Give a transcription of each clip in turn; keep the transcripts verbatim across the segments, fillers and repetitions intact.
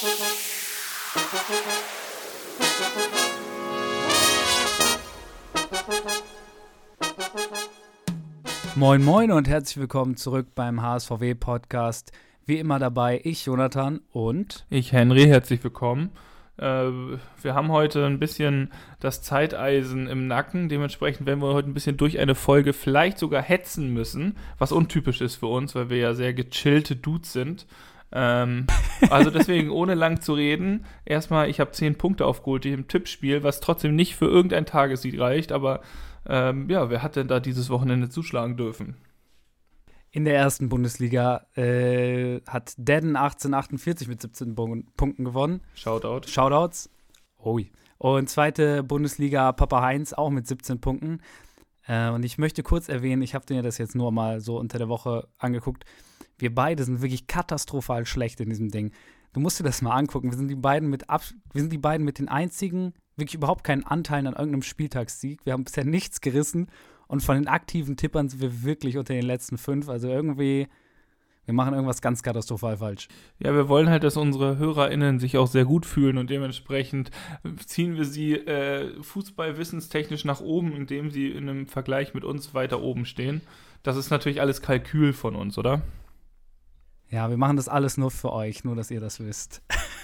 Moin moin und herzlich willkommen zurück beim H S V W-Podcast. Wie immer dabei ich, Jonathan, und ich, Henry. Herzlich willkommen. Äh, wir haben heute ein bisschen das Zeiteisen im Nacken. Dementsprechend werden wir heute ein bisschen durch eine Folge vielleicht sogar hetzen müssen, was untypisch ist für uns, weil wir ja sehr gechillte Dudes sind. Ähm, also deswegen, ohne lang zu reden, erstmal, ich habe zehn Punkte aufgeholt im Tippspiel, was trotzdem nicht für irgendein Tagessieg reicht, aber ähm, ja, wer hat denn da dieses Wochenende zuschlagen dürfen? In der ersten Bundesliga äh, hat Dedden achtzehnhundertachtundvierzig mit siebzehn Bun- Punkten gewonnen. Shoutout. Shoutouts. Ui. Und zweite Bundesliga Papa Heinz auch mit siebzehn Punkten. Äh, und ich möchte kurz erwähnen, ich habe dir das jetzt nur mal so unter der Woche angeguckt. Wir beide sind wirklich katastrophal schlecht in diesem Ding. Du musst dir das mal angucken. Wir sind die beiden mit Abs- wir sind die beiden mit den einzigen, wirklich überhaupt keinen Anteilen an irgendeinem Spieltagssieg. Wir haben bisher nichts gerissen. Und von den aktiven Tippern sind wir wirklich unter den letzten fünf. Also irgendwie, wir machen irgendwas ganz katastrophal falsch. Ja, wir wollen halt, dass unsere HörerInnen sich auch sehr gut fühlen und dementsprechend ziehen wir sie äh, fußballwissenstechnisch nach oben, indem sie in einem Vergleich mit uns weiter oben stehen. Das ist natürlich alles Kalkül von uns, oder? Ja, wir machen das alles nur für euch, nur dass ihr das wisst.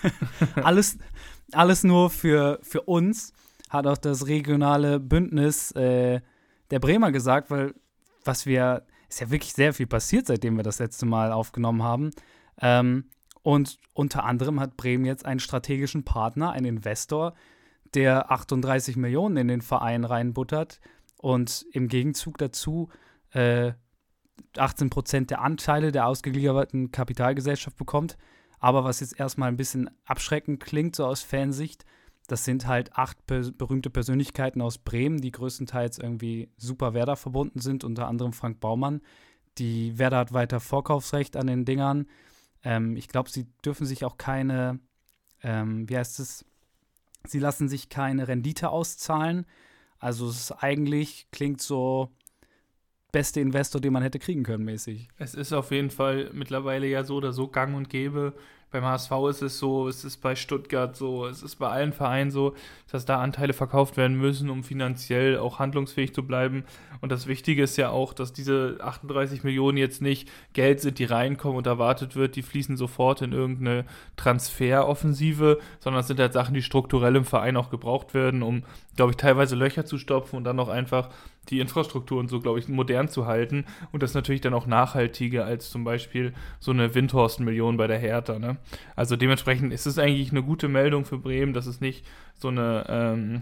alles, alles nur für, für uns, hat auch das regionale Bündnis äh, der Bremer gesagt, weil was wir, ist ja wirklich sehr viel passiert, seitdem wir das letzte Mal aufgenommen haben. Ähm, und unter anderem hat Bremen jetzt einen strategischen Partner, einen Investor, der achtunddreißig Millionen in den Verein reinbuttert und im Gegenzug dazu äh, achtzehn Prozent der Anteile der ausgelieferten Kapitalgesellschaft bekommt. Aber was jetzt erstmal ein bisschen abschreckend klingt, so aus Fansicht, das sind halt acht per- berühmte Persönlichkeiten aus Bremen, die größtenteils irgendwie super Werder verbunden sind, unter anderem Frank Baumann. Die Werder hat weiter Vorkaufsrecht an den Dingern. Ähm, ich glaube, sie dürfen sich auch keine, ähm, wie heißt es, sie lassen sich keine Rendite auszahlen. Also es ist eigentlich, klingt so beste Investor, den man hätte kriegen können, mäßig. Es ist auf jeden Fall mittlerweile ja so oder so gang und gäbe. Beim H S V ist es so, es ist bei Stuttgart so, es ist bei allen Vereinen so, dass da Anteile verkauft werden müssen, um finanziell auch handlungsfähig zu bleiben. Und das Wichtige ist ja auch, dass diese achtunddreißig Millionen jetzt nicht Geld sind, die reinkommen und erwartet wird, die fließen sofort in irgendeine Transferoffensive, sondern es sind halt Sachen, die strukturell im Verein auch gebraucht werden, um, glaube ich, teilweise Löcher zu stopfen und dann auch einfach die Infrastruktur und so, glaube ich, modern zu halten. Und das ist natürlich dann auch nachhaltiger als zum Beispiel so eine Windhorst-Million bei der Hertha, ne? Also dementsprechend ist es eigentlich eine gute Meldung für Bremen, dass es nicht so eine ähm,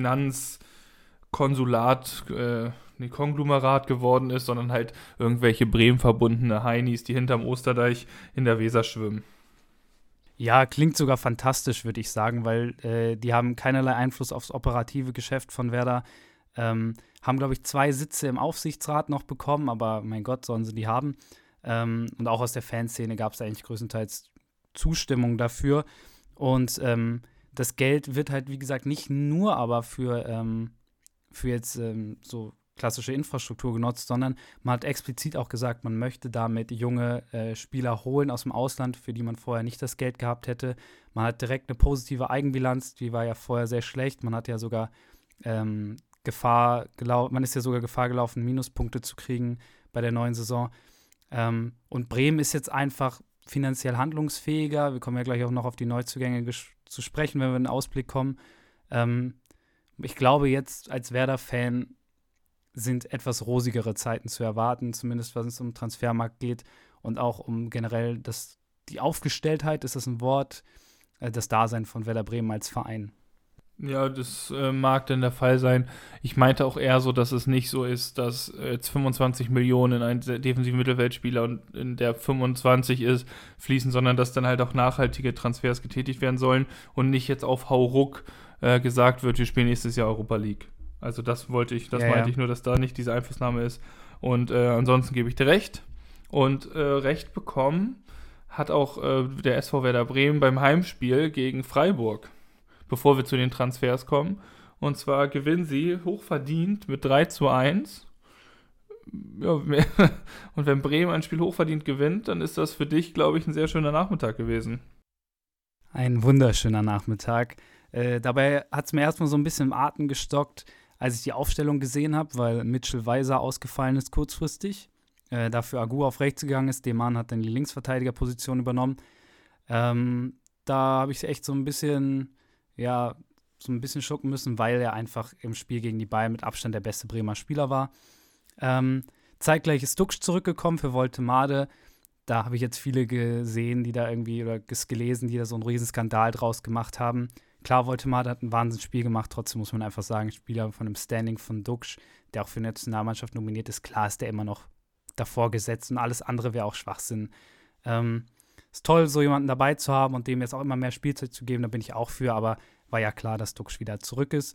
Finanzkonsulat, äh, nee, Konglomerat geworden ist, sondern halt irgendwelche Bremen-verbundene Heinis, die hinterm Osterdeich in der Weser schwimmen. Ja, klingt sogar fantastisch, würde ich sagen, weil äh, die haben keinerlei Einfluss aufs operative Geschäft von Werder. Ähm, haben, glaube ich, zwei Sitze im Aufsichtsrat noch bekommen, aber mein Gott, sollen sie die haben. Ähm, und auch aus der Fanszene gab es eigentlich größtenteils Zustimmung dafür. Und ähm, das Geld wird halt, wie gesagt, nicht nur aber für, ähm, für jetzt ähm, so klassische Infrastruktur genutzt, sondern man hat explizit auch gesagt, man möchte damit junge äh, Spieler holen aus dem Ausland, für die man vorher nicht das Geld gehabt hätte. Man hat direkt eine positive Eigenbilanz, die war ja vorher sehr schlecht. Man hat ja sogar ähm, Gefahr gelau- man ist ja sogar Gefahr gelaufen, Minuspunkte zu kriegen bei der neuen Saison. Ähm, und Bremen ist jetzt einfach finanziell handlungsfähiger. Wir kommen ja gleich auch noch auf die Neuzugänge ges- zu sprechen, wenn wir in den Ausblick kommen. Ähm, ich glaube, jetzt als Werder-Fan sind etwas rosigere Zeiten zu erwarten, zumindest was es um den Transfermarkt geht und auch um generell das, die Aufgestelltheit, ist das ein Wort, äh, das Dasein von Werder Bremen als Verein. Ja, das äh, mag denn der Fall sein. Ich meinte auch eher so, dass es nicht so ist, dass äh, jetzt fünfundzwanzig Millionen in einen defensiven Mittelfeldspieler und in der fünfundzwanzig ist, fließen, sondern dass dann halt auch nachhaltige Transfers getätigt werden sollen und nicht jetzt auf Hauruck äh, gesagt wird, wir spielen nächstes Jahr Europa League. Also das wollte ich, das ja, meinte ja. ich nur, dass da nicht diese Einflussnahme ist. Und äh, ansonsten gebe ich dir recht. Und äh, Recht bekommen hat auch äh, der S V Werder Bremen beim Heimspiel gegen Freiburg, bevor wir zu den Transfers kommen. Und zwar gewinnen sie hochverdient mit drei zu eins. Ja, und wenn Bremen ein Spiel hochverdient gewinnt, dann ist das für dich, glaube ich, ein sehr schöner Nachmittag gewesen. Ein wunderschöner Nachmittag. Äh, dabei hat es mir erstmal so ein bisschen im Atem gestockt, als ich die Aufstellung gesehen habe, weil Mitchell Weiser ausgefallen ist kurzfristig. Äh, dafür Agu auf rechts gegangen ist. Deman hat dann die Linksverteidigerposition übernommen. Ähm, da habe ich echt so ein bisschen, ja, so ein bisschen schlucken müssen, weil er einfach im Spiel gegen die Bayern mit Abstand der beste Bremer Spieler war. Ähm, zeitgleich ist Duxch zurückgekommen für Woltemade. Da habe ich jetzt viele gesehen, die da irgendwie, oder gelesen, die da so einen riesen Skandal draus gemacht haben. Klar, Woltemade hat ein Wahnsinnsspiel gemacht, trotzdem muss man einfach sagen, Spieler von dem Standing von Duxch, der auch für die Nationalmannschaft nominiert ist, klar ist der immer noch davor gesetzt und alles andere wäre auch Schwachsinn. Ähm, ist toll, so jemanden dabei zu haben und dem jetzt auch immer mehr Spielzeit zu geben, da bin ich auch für, aber war ja klar, dass Duxch wieder zurück ist.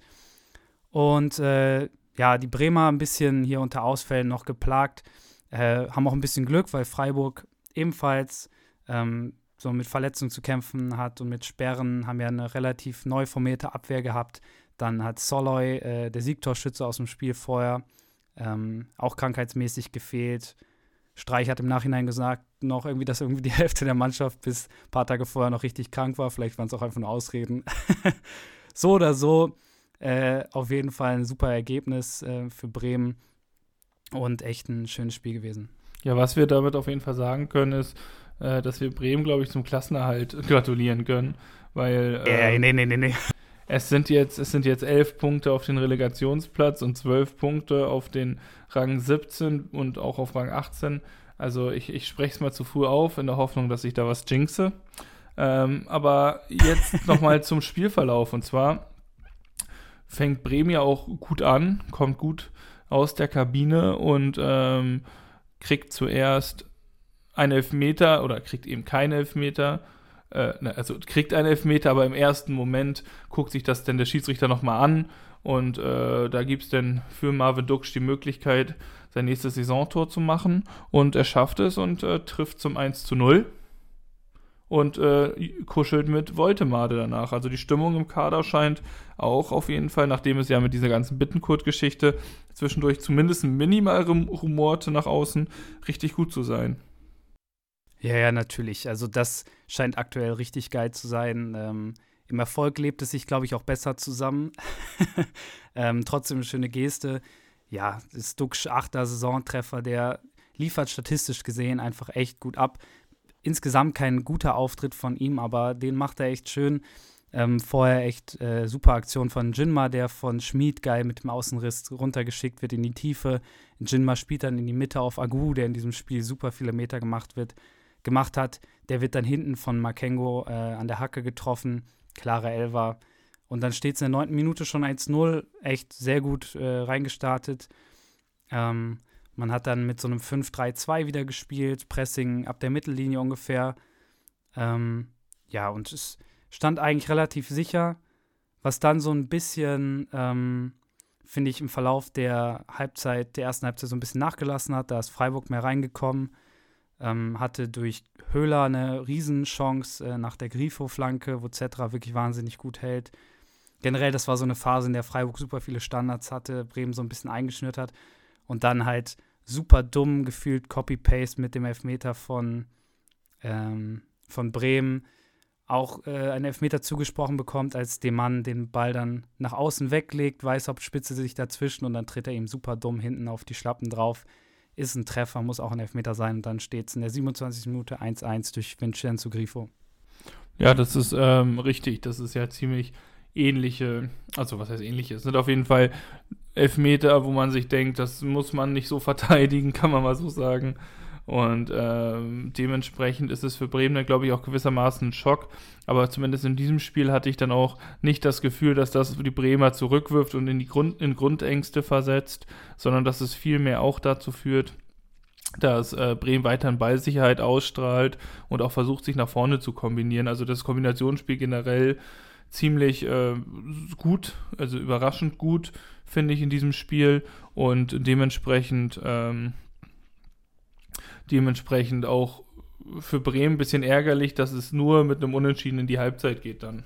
Und äh, ja, die Bremer ein bisschen hier unter Ausfällen noch geplagt, äh, haben auch ein bisschen Glück, weil Freiburg ebenfalls ähm, so mit Verletzungen zu kämpfen hat und mit Sperren, haben ja eine relativ neu formierte Abwehr gehabt. Dann hat Soloy, äh, der Siegtorschütze aus dem Spiel vorher, ähm, auch krankheitsmäßig gefehlt. Streich hat im Nachhinein gesagt, noch irgendwie, dass irgendwie die Hälfte der Mannschaft bis ein paar Tage vorher noch richtig krank war. Vielleicht waren es auch einfach nur Ausreden. So oder so, äh, auf jeden Fall ein super Ergebnis äh, für Bremen und echt ein schönes Spiel gewesen. Ja, was wir damit auf jeden Fall sagen können, ist, äh, dass wir Bremen, glaube ich, zum Klassenerhalt gratulieren können, weil äh, äh, nee, nee, nee, nee. Es sind jetzt, es sind jetzt elf Punkte auf den Relegationsplatz und zwölf Punkte auf den Rang siebzehn und auch auf Rang achtzehn. Also ich, ich spreche es mal zu früh auf, in der Hoffnung, dass ich da was jinxe. Ähm, aber jetzt nochmal zum Spielverlauf. Und zwar fängt Bremen ja auch gut an, kommt gut aus der Kabine und ähm, kriegt zuerst einen Elfmeter oder kriegt eben keinen Elfmeter. Äh, also kriegt einen Elfmeter, aber im ersten Moment guckt sich das dann der Schiedsrichter nochmal an und äh, da gibt es dann für Marvin Duxch die Möglichkeit, sein nächstes Saisontor zu machen und er schafft es und äh, trifft zum eins zu null und äh, kuschelt mit Woltemade danach. Also die Stimmung im Kader scheint auch auf jeden Fall, nachdem es ja mit dieser ganzen Bittencourt-Geschichte zwischendurch zumindest minimal rumorte nach außen, richtig gut zu sein. Ja, ja, natürlich. Also das scheint aktuell richtig geil zu sein. Ähm, im Erfolg lebt es sich, glaube ich, auch besser zusammen. ähm, trotzdem eine schöne Geste. Ja, das Duxch achter Saisontreffer, der liefert statistisch gesehen einfach echt gut ab. Insgesamt kein guter Auftritt von ihm, aber den macht er echt schön. Ähm, vorher echt äh, super Aktion von Jinma, der von Schmid geil mit dem Außenriss runtergeschickt wird in die Tiefe. Jinma spielt dann in die Mitte auf Agu, der in diesem Spiel super viele Meter gemacht wird. gemacht hat, der wird dann hinten von Makengo äh, an der Hacke getroffen, klare Elfer. Und dann steht es in der neunten Minute schon eins null, echt sehr gut äh, reingestartet. Ähm, man hat dann mit so einem fünf drei zwei wieder gespielt, Pressing ab der Mittellinie ungefähr. Ähm, ja, und es stand eigentlich relativ sicher, was dann so ein bisschen, ähm, finde ich, im Verlauf der Halbzeit, der ersten Halbzeit so ein bisschen nachgelassen hat. Da ist Freiburg mehr reingekommen. Ähm, hatte durch Höhler eine Riesenchance äh, nach der Grifo-Flanke, wo Zetra wirklich wahnsinnig gut hält. Generell, das war so eine Phase, in der Freiburg super viele Standards hatte, Bremen so ein bisschen eingeschnürt hat und dann halt super dumm gefühlt Copy-Paste mit dem Elfmeter von, ähm, von Bremen auch äh, einen Elfmeter zugesprochen bekommt, als der Mann den Ball dann nach außen weglegt, Weißhaupt spitze sich dazwischen und dann tritt er ihm super dumm hinten auf die Schlappen drauf. Ist ein Treffer, muss auch ein Elfmeter sein. Und dann steht es in der siebenundzwanzigsten Minute eins eins durch Vincenzo Grifo. Ja, das ist ähm, richtig. Das ist ja ziemlich ähnliche, also was heißt ähnliche? Es sind auf jeden Fall Elfmeter, wo man sich denkt, das muss man nicht so verteidigen, kann man mal so sagen. Und ähm, dementsprechend ist es für Bremen dann, glaube ich, auch gewissermaßen ein Schock. Aber zumindest in diesem Spiel hatte ich dann auch nicht das Gefühl, dass das die Bremer zurückwirft und in die Grund, in Grundängste versetzt, sondern dass es vielmehr auch dazu führt, dass äh, Bremen weiterhin Ballsicherheit ausstrahlt und auch versucht, sich nach vorne zu kombinieren. Also das Kombinationsspiel generell ziemlich äh, gut, also überraschend gut, finde ich, in diesem Spiel. Und dementsprechend ähm, Dementsprechend auch für Bremen ein bisschen ärgerlich, dass es nur mit einem Unentschieden in die Halbzeit geht dann.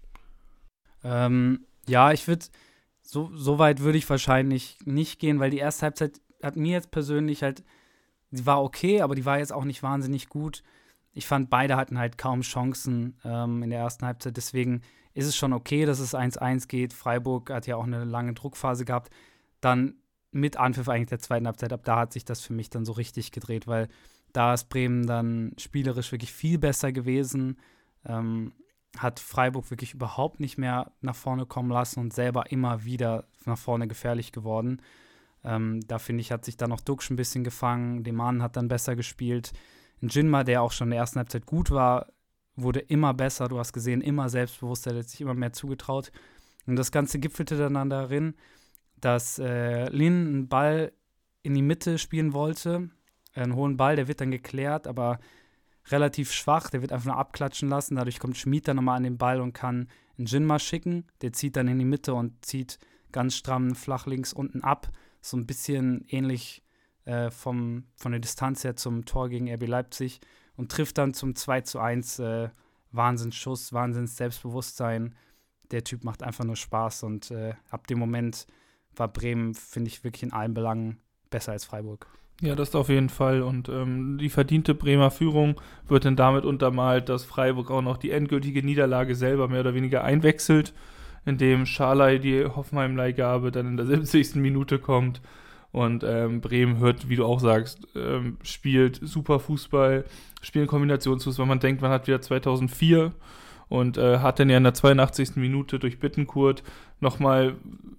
Ähm, ja, ich würde, so, so weit würde ich wahrscheinlich nicht gehen, weil die erste Halbzeit hat mir jetzt persönlich halt, die war okay, aber die war jetzt auch nicht wahnsinnig gut. ich fand, beide hatten halt kaum Chancen ähm, in der ersten Halbzeit. Deswegen ist es schon okay, dass es eins eins geht. Freiburg hat ja auch eine lange Druckphase gehabt. Dann mit Anpfiff eigentlich der zweiten Halbzeit, ab da hat sich das für mich dann so richtig gedreht, weil da ist Bremen dann spielerisch wirklich viel besser gewesen, ähm, hat Freiburg wirklich überhaupt nicht mehr nach vorne kommen lassen und selber immer wieder nach vorne gefährlich geworden. Ähm, da finde ich, hat sich dann noch Duxch ein bisschen gefangen, Deman hat dann besser gespielt. Njinma, der auch schon in der ersten Halbzeit gut war, wurde immer besser, du hast gesehen, immer selbstbewusster, der hat sich immer mehr zugetraut. Und das Ganze gipfelte dann darin, dass äh, Lin einen Ball in die Mitte spielen wollte, einen hohen Ball, der wird dann geklärt, aber relativ schwach, der wird einfach nur abklatschen lassen, dadurch kommt Schmid dann nochmal an den Ball und kann Njinma schicken, der zieht dann in die Mitte und zieht ganz stramm flach links unten ab, so ein bisschen ähnlich äh, vom, von der Distanz her zum Tor gegen R B Leipzig und trifft dann zum zwei zu eins, äh, Wahnsinnsschuss, Wahnsinns Selbstbewusstsein, der Typ macht einfach nur Spaß und äh, ab dem Moment war Bremen, finde ich, wirklich in allen Belangen besser als Freiburg. Ja, das auf jeden Fall. Und ähm, die verdiente Bremer Führung wird dann damit untermalt, dass Freiburg auch noch die endgültige Niederlage selber mehr oder weniger einwechselt, indem Schalay die Hoffenheim-Leihgabe dann in der siebzigsten Minute kommt. Und ähm, Bremen hört, wie du auch sagst, ähm, spielt super Fußball, spielt Kombinationsfußball. Man denkt, man hat wieder zweitausendvier und äh, hat dann ja in der zweiundachtzigsten Minute durch Bittencourt nochmal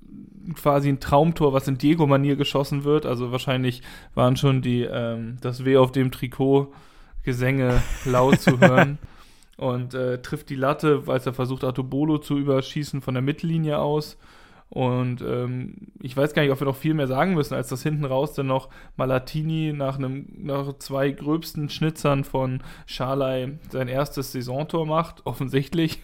quasi ein Traumtor, was in Diego-Manier geschossen wird. Also wahrscheinlich waren schon die ähm, das W auf dem Trikot Gesänge laut zu hören. Und äh, trifft die Latte, weil er versucht, Artobolo zu überschießen von der Mittellinie aus. Und ähm, ich weiß gar nicht, ob wir noch viel mehr sagen müssen, als dass hinten raus dann noch Malatini nach einem nach zwei gröbsten Schnitzern von Schalay sein erstes Saisontor macht, offensichtlich.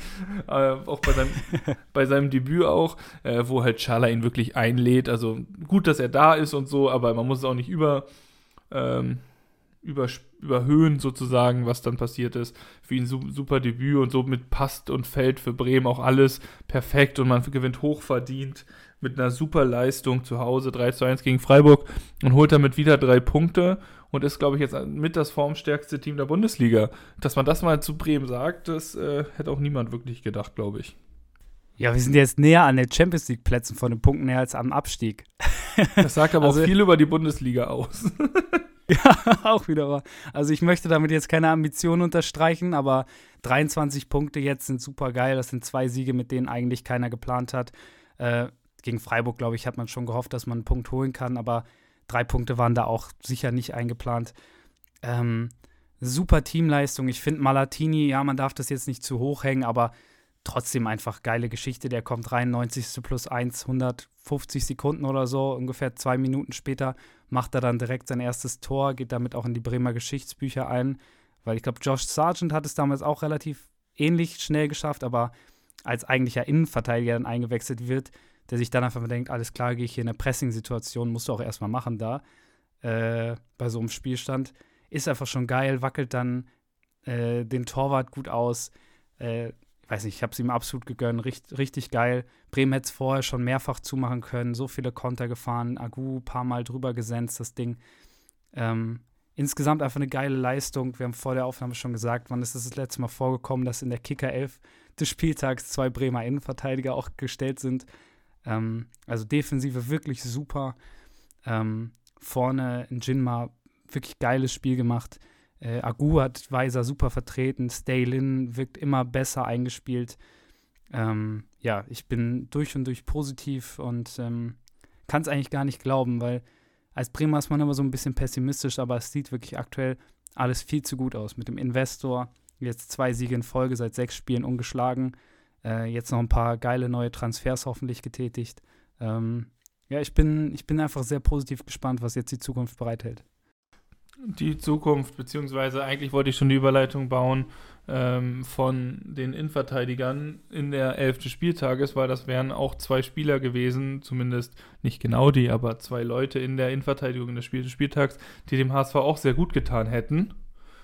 äh, auch bei seinem, bei seinem Debüt auch, äh, wo halt Schalay ihn wirklich einlädt. Also gut, dass er da ist und so, aber man muss es auch nicht über ähm, Über, überhöhen sozusagen, was dann passiert ist. Für ihn su- super Debüt und somit passt und fällt für Bremen auch alles perfekt und man gewinnt hochverdient mit einer super Leistung zu Hause, drei zu eins gegen Freiburg und holt damit wieder drei Punkte und ist, glaube ich, jetzt mit das formstärkste Team der Bundesliga. Dass man das mal zu Bremen sagt, das äh, hätte auch niemand wirklich gedacht, glaube ich. Ja, wir sind jetzt näher an den Champions-League-Plätzen von den Punkten her als am Abstieg. Das sagt aber also, auch viel über die Bundesliga aus. Ja, auch wieder wahr. Also ich möchte damit jetzt keine Ambitionen unterstreichen, aber dreiundzwanzig Punkte jetzt sind super geil. Das sind zwei Siege, mit denen eigentlich keiner geplant hat. Äh, gegen Freiburg, glaube ich, hat man schon gehofft, dass man einen Punkt holen kann, aber drei Punkte waren da auch sicher nicht eingeplant. Ähm, super Teamleistung. Ich finde Malatini, ja, man darf das jetzt nicht zu hoch hängen, aber trotzdem einfach geile Geschichte. Der kommt rein, neunzigste plus eins, hundertfünfzig Sekunden oder so, ungefähr zwei Minuten später macht er dann direkt sein erstes Tor, geht damit auch in die Bremer Geschichtsbücher ein, weil ich glaube, Josh Sargent hat es damals auch relativ ähnlich schnell geschafft, aber als eigentlicher Innenverteidiger dann eingewechselt wird, der sich dann einfach denkt, alles klar, gehe ich hier in eine Pressing-Situation, musst du auch erstmal machen da, äh, bei so einem Spielstand, ist einfach schon geil, wackelt dann äh, den Torwart gut aus, äh, ich weiß nicht, ich habe es ihm absolut gegönnt, richtig, richtig geil. Bremen hätte es vorher schon mehrfach zumachen können, so viele Konter gefahren, Agu ein paar Mal drüber gesenzt, das Ding. Ähm, insgesamt einfach eine geile Leistung. Wir haben vor der Aufnahme schon gesagt, wann ist es das letzte Mal vorgekommen, dass in der Kicker-Elf des Spieltags zwei Bremer Innenverteidiger auch gestellt sind. Ähm, also Defensive wirklich super. Ähm, vorne Njinma wirklich geiles Spiel gemacht. Äh, Agu hat Weiser super vertreten, Staylin wirkt immer besser eingespielt. Ähm, ja, ich bin durch und durch positiv und ähm, kann es eigentlich gar nicht glauben, weil als Bremer ist man immer so ein bisschen pessimistisch, aber es sieht wirklich aktuell alles viel zu gut aus. Mit dem Investor, jetzt zwei Siege in Folge, seit sechs Spielen ungeschlagen. Äh, jetzt noch ein paar geile neue Transfers hoffentlich getätigt. Ähm, ja, ich bin, ich bin einfach sehr positiv gespannt, was jetzt die Zukunft bereithält. Die Zukunft, beziehungsweise eigentlich wollte ich schon die Überleitung bauen ähm, von den Innenverteidigern in der Elf des Spieltages, weil das wären auch zwei Spieler gewesen, zumindest nicht genau die, aber zwei Leute in der Innenverteidigung des Spiel des Spieltags, die dem H S V auch sehr gut getan hätten.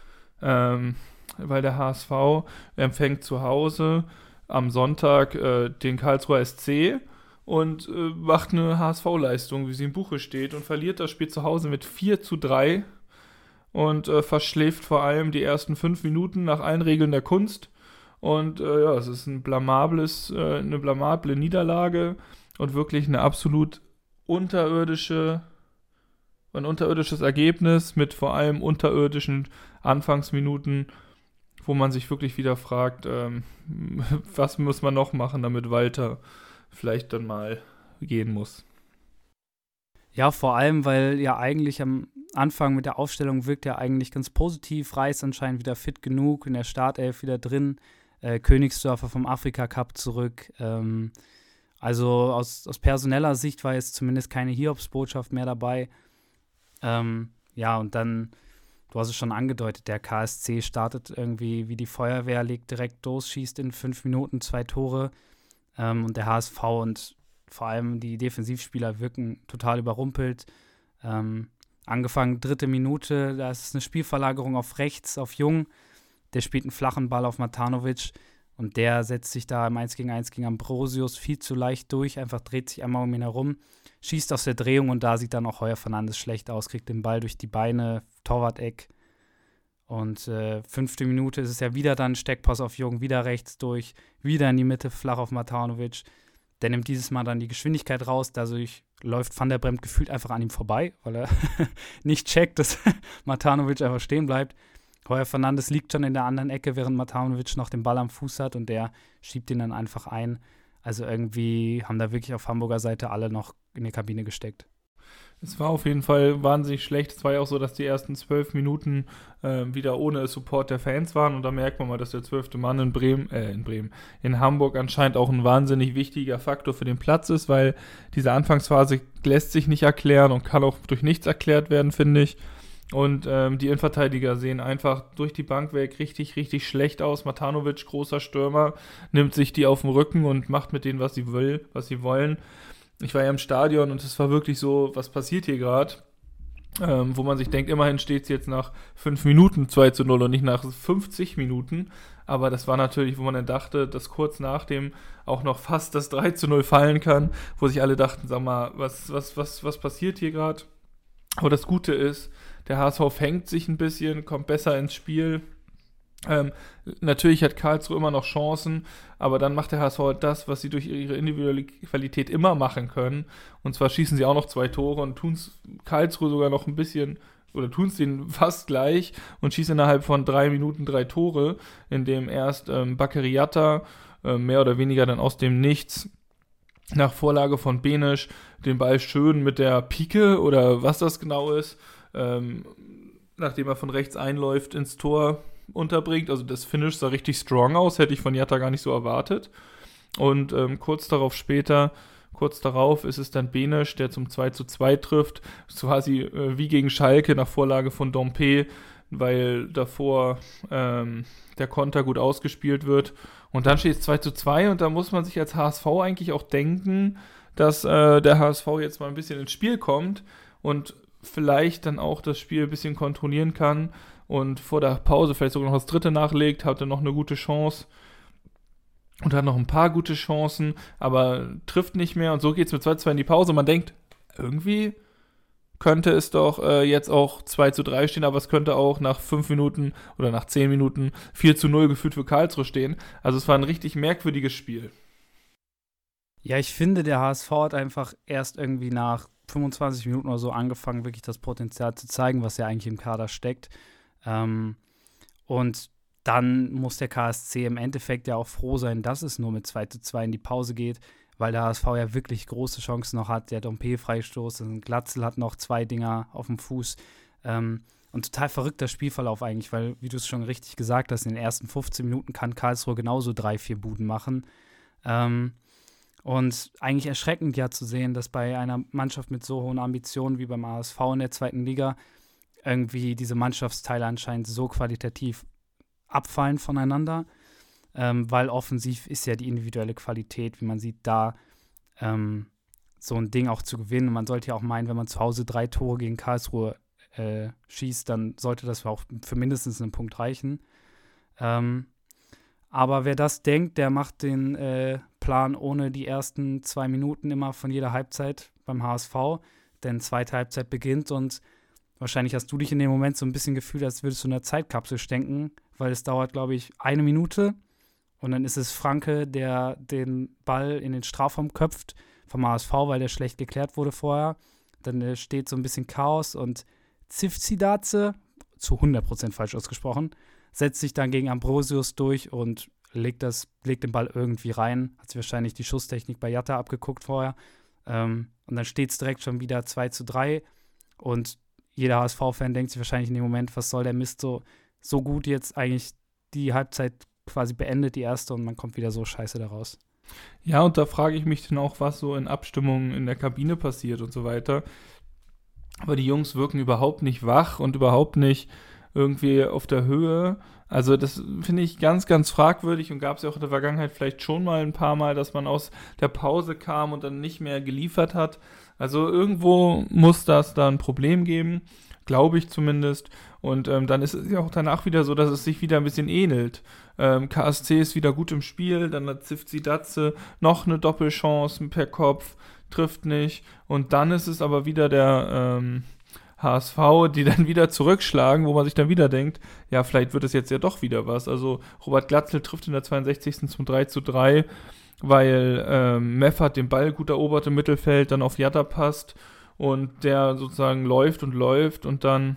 Ähm, weil der H S V empfängt zu Hause am Sonntag äh, den Karlsruher S C und äh, macht eine H S V-Leistung, wie sie im Buche steht, und verliert das Spiel zu Hause mit vier zu drei. und äh, verschläft vor allem die ersten fünf Minuten nach allen Regeln der Kunst. Und äh, ja, es ist ein blamables, äh, eine blamable Niederlage und wirklich eine absolut unterirdische, ein unterirdisches Ergebnis mit vor allem unterirdischen Anfangsminuten, wo man sich wirklich wieder fragt, ähm, was muss man noch machen, damit Walter vielleicht dann mal gehen muss. Ja, vor allem, weil ja eigentlich am Anfang mit der Aufstellung wirkt er eigentlich ganz positiv. Reis anscheinend wieder fit genug, in der Startelf wieder drin. Äh, Königsdörfer vom Afrika-Cup zurück. Ähm, also aus, aus personeller Sicht war jetzt zumindest keine Hiobsbotschaft mehr dabei. Ähm, ja, und dann, du hast es schon angedeutet, der K S C startet irgendwie wie die Feuerwehr, legt direkt los, schießt in fünf Minuten zwei Tore. Ähm, und der H S V und vor allem die Defensivspieler wirken total überrumpelt. Ähm, angefangen dritte Minute, da ist eine Spielverlagerung auf rechts, auf Jung. Der spielt einen flachen Ball auf Matanovic und der setzt sich da im eins gegen eins gegen Ambrosius viel zu leicht durch, einfach dreht sich einmal um ihn herum, schießt aus der Drehung und da sieht dann auch Heuer Fernandes schlecht aus, kriegt den Ball durch die Beine, Torwart-Eck. Und äh, fünfte Minute ist es ja wieder dann Steckpass auf Jung, wieder rechts durch, wieder in die Mitte, flach auf Matanovic. Der nimmt dieses Mal dann die Geschwindigkeit raus, dadurch läuft Van der Bremt gefühlt einfach an ihm vorbei, weil er nicht checkt, dass Matanovic einfach stehen bleibt. Heuer Fernandes liegt schon in der anderen Ecke, während Matanovic noch den Ball am Fuß hat und der schiebt ihn dann einfach ein. Also irgendwie haben da wirklich auf Hamburger Seite alle noch in die Kabine gesteckt. Es war auf jeden Fall wahnsinnig schlecht. Es war ja auch so, dass die ersten zwölf Minuten äh, wieder ohne Support der Fans waren. Und da merkt man mal, dass der zwölfte Mann in Bremen, äh, in Bremen, in Hamburg anscheinend auch ein wahnsinnig wichtiger Faktor für den Platz ist, weil diese Anfangsphase lässt sich nicht erklären und kann auch durch nichts erklärt werden, finde ich. Und ähm, die Innenverteidiger sehen einfach durch die Bank weg richtig, richtig schlecht aus. Matanovic, großer Stürmer, nimmt sich die auf den Rücken und macht mit denen, was sie will, was sie wollen. Ich war ja im Stadion und es war wirklich so, was passiert hier gerade? Ähm, wo man sich denkt, immerhin steht es jetzt nach fünf Minuten zwei zu null und nicht nach fünfzig Minuten. Aber das war natürlich, wo man dann dachte, dass kurz nach dem auch noch fast das drei zu null fallen kann, wo sich alle dachten, sag mal, was, was, was, was passiert hier gerade? Aber das Gute ist, der H S V fängt sich ein bisschen, kommt besser ins Spiel. Ähm, natürlich hat Karlsruhe immer noch Chancen, aber dann macht der H S V halt das, was sie durch ihre individuelle Qualität immer machen können. Und zwar schießen sie auch noch zwei Tore und tun es Karlsruhe sogar noch ein bisschen, oder tun es denen fast gleich und schießen innerhalb von drei Minuten drei Tore, indem erst ähm, Bakary äh, mehr oder weniger dann aus dem Nichts nach Vorlage von Benisch den Ball schön mit der Pike oder was das genau ist, ähm, nachdem er von rechts einläuft, ins Tor unterbringt. Also das Finish sah richtig strong aus, hätte ich von Jatta gar nicht so erwartet. Und ähm, kurz darauf später, kurz darauf ist es dann Benisch, der zum zwei zu zwei trifft, quasi äh, wie gegen Schalke nach Vorlage von Dompe, weil davor ähm, der Konter gut ausgespielt wird. Und dann steht es zwei zu zwei und da muss man sich als H S V eigentlich auch denken, dass äh, der H S V jetzt mal ein bisschen ins Spiel kommt und vielleicht dann auch das Spiel ein bisschen kontrollieren kann und vor der Pause vielleicht sogar noch das dritte nachlegt, hatte noch eine gute Chance und hat noch ein paar gute Chancen, aber trifft nicht mehr und so geht es mit zwei zu zwei in die Pause. Man denkt, irgendwie könnte es doch äh, jetzt auch zwei zu drei stehen, aber es könnte auch nach fünf Minuten oder nach zehn Minuten vier zu null gefühlt für Karlsruhe stehen. Also es war ein richtig merkwürdiges Spiel. Ja, ich finde, der H S V hat einfach erst irgendwie nach fünfundzwanzig Minuten oder so angefangen, wirklich das Potenzial zu zeigen, was ja eigentlich im Kader steckt. Ähm, und dann muss der K S C im Endeffekt ja auch froh sein, dass es nur mit zwei zu zwei in die Pause geht, weil der H S V ja wirklich große Chancen noch hat. Der Dompe-Freistoß, Glatzel hat noch zwei Dinger auf dem Fuß. Ähm, und total verrückter Spielverlauf eigentlich, weil, wie du es schon richtig gesagt hast, in den ersten fünfzehn Minuten kann Karlsruhe genauso drei, vier Buden machen. Ähm, und eigentlich erschreckend ja zu sehen, dass bei einer Mannschaft mit so hohen Ambitionen wie beim H S V in der zweiten Liga irgendwie diese Mannschaftsteile anscheinend so qualitativ abfallen voneinander, ähm, weil offensiv ist ja die individuelle Qualität, wie man sieht, da ähm, so ein Ding auch zu gewinnen. Und man sollte ja auch meinen, wenn man zu Hause drei Tore gegen Karlsruhe äh, schießt, dann sollte das auch für mindestens einen Punkt reichen. Ähm, aber wer das denkt, der macht den äh, Plan ohne die ersten zwei Minuten immer von jeder Halbzeit beim H S V, denn zweite Halbzeit beginnt und Wahrscheinlich hast du dich in dem Moment so ein bisschen gefühlt, als würdest du in einer Zeitkapsel stecken, weil es dauert, glaube ich, eine Minute und dann ist es Franke, der den Ball in den Strafraum köpft vom H S V, weil der schlecht geklärt wurde vorher. Dann äh, steht so ein bisschen Chaos und Zivcidaze, zu hundert Prozent falsch ausgesprochen, setzt sich dann gegen Ambrosius durch und legt, das, legt den Ball irgendwie rein. Hat sich wahrscheinlich die Schusstechnik bei Jatta abgeguckt vorher. Ähm, und dann steht es direkt schon wieder zwei zu drei und jeder H S V-Fan denkt sich wahrscheinlich in dem Moment, was soll der Mist, so, so gut jetzt eigentlich die Halbzeit quasi beendet, die erste, und man kommt wieder so scheiße da raus. Ja, und da frage ich mich dann auch, was so in Abstimmungen in der Kabine passiert und so weiter. Aber die Jungs wirken überhaupt nicht wach und überhaupt nicht irgendwie auf der Höhe. Also das finde ich ganz, ganz fragwürdig und gab es ja auch in der Vergangenheit vielleicht schon mal ein paar Mal, dass man aus der Pause kam und dann nicht mehr geliefert hat. Also irgendwo muss das da ein Problem geben, glaube ich zumindest. Und ähm, dann ist es ja auch danach wieder so, dass es sich wieder ein bisschen ähnelt. Ähm, K S C ist wieder gut im Spiel, dann hat Zivcidaze noch eine Doppelchance per Kopf, trifft nicht. Und dann ist es aber wieder der ähm, H S V, die dann wieder zurückschlagen, wo man sich dann wieder denkt, ja, vielleicht wird es jetzt ja doch wieder was. Also Robert Glatzel trifft in der zweiundsechzigsten zum drei zu drei, weil ähm, Meffert den Ball gut erobert im Mittelfeld, dann auf Jatta passt und der sozusagen läuft und läuft und dann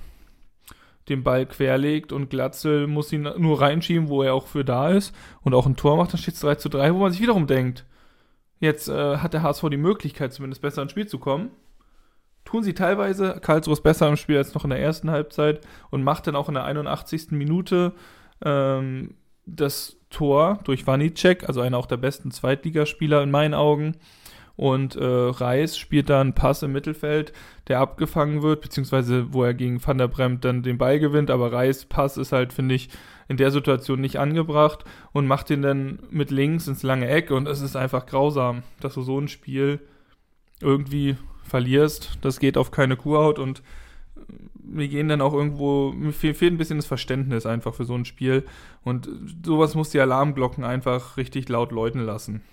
den Ball querlegt und Glatzel muss ihn nur reinschieben, wo er auch für da ist und auch ein Tor macht, dann steht es drei zu drei, wo man sich wiederum denkt, jetzt äh, hat der H S V die Möglichkeit, zumindest besser ins Spiel zu kommen. Tun sie teilweise, Karlsruhe ist besser im Spiel als noch in der ersten Halbzeit und macht dann auch in der einundachtzigsten Minute ähm, das Tor durch Vanicek, also einer auch der besten Zweitligaspieler in meinen Augen. Und äh, Reis spielt da einen Pass im Mittelfeld, der abgefangen wird, beziehungsweise wo er gegen Van der Bremt dann den Ball gewinnt, aber Reis' Pass ist halt, finde ich, in der Situation nicht angebracht und macht den dann mit links ins lange Eck und es ist einfach grausam, dass du so ein Spiel irgendwie verlierst. Das geht auf keine Kuhhaut und mir gehen dann auch irgendwo, mir fehlt ein bisschen das Verständnis einfach für so ein Spiel und sowas muss die Alarmglocken einfach richtig laut läuten lassen.